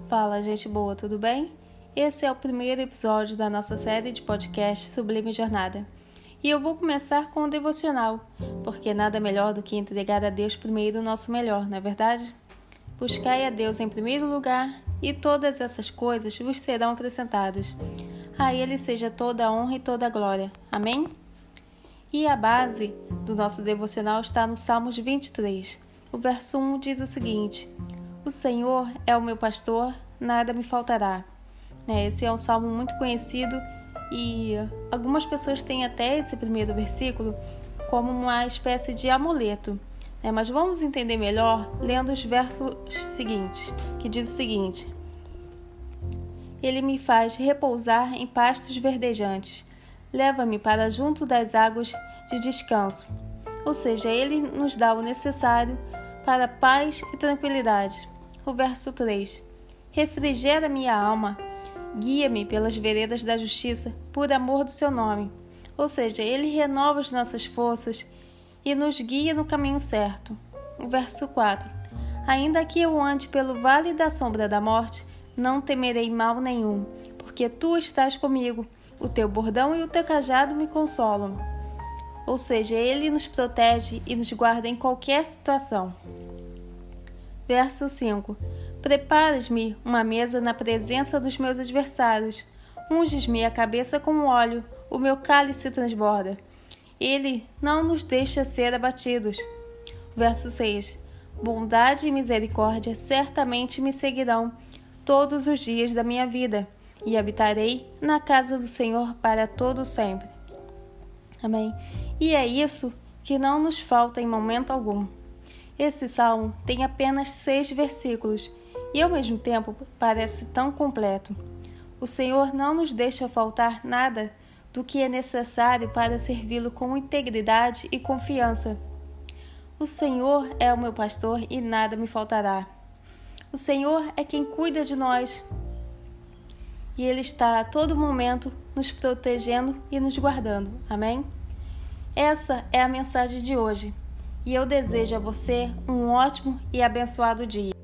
Fala, gente boa, tudo bem? Esse é o primeiro episódio da nossa série de podcast Sublime Jornada. E eu vou começar com o devocional, porque nada melhor do que entregar a Deus primeiro o nosso melhor, não é verdade? Buscai a Deus em primeiro lugar, e todas essas coisas vos serão acrescentadas. A Ele seja toda a honra e toda a glória. Amém? E a base do nosso devocional está no Salmos 23. O verso 1 diz o seguinte: O Senhor é o meu pastor, nada me faltará. Esse é um salmo muito conhecido e algumas pessoas têm até esse primeiro versículo como uma espécie de amuleto. Mas vamos entender melhor lendo os versos seguintes, que diz o seguinte: Ele me faz repousar em pastos verdejantes, leva-me para junto das águas de descanso. Ou seja, Ele nos dá o necessário para paz e tranquilidade. O verso 3: Refrigera minha alma, guia-me pelas veredas da justiça, por amor do seu nome. Ou seja, Ele renova as nossas forças e nos guia no caminho certo. O verso 4: Ainda que eu ande pelo vale da sombra da morte, não temerei mal nenhum, porque tu estás comigo, o teu bordão e o teu cajado me consolam. Ou seja, Ele nos protege e nos guarda em qualquer situação. Verso 5: Preparas-me uma mesa na presença dos meus adversários, unges-me a cabeça com óleo, o meu cálice transborda. Ele não nos deixa ser abatidos. Verso 6: Bondade e misericórdia certamente me seguirão todos os dias da minha vida, e habitarei na casa do Senhor para todo sempre. Amém? E é isso que não nos falta em momento algum. Esse salmo tem apenas 6 versículos e, ao mesmo tempo, parece tão completo. O Senhor não nos deixa faltar nada do que é necessário para servi-lo com integridade e confiança. O Senhor é o meu pastor e nada me faltará. O Senhor é quem cuida de nós e Ele está a todo momento nos protegendo e nos guardando. Amém? Essa é a mensagem de hoje. E eu desejo a você um ótimo e abençoado dia.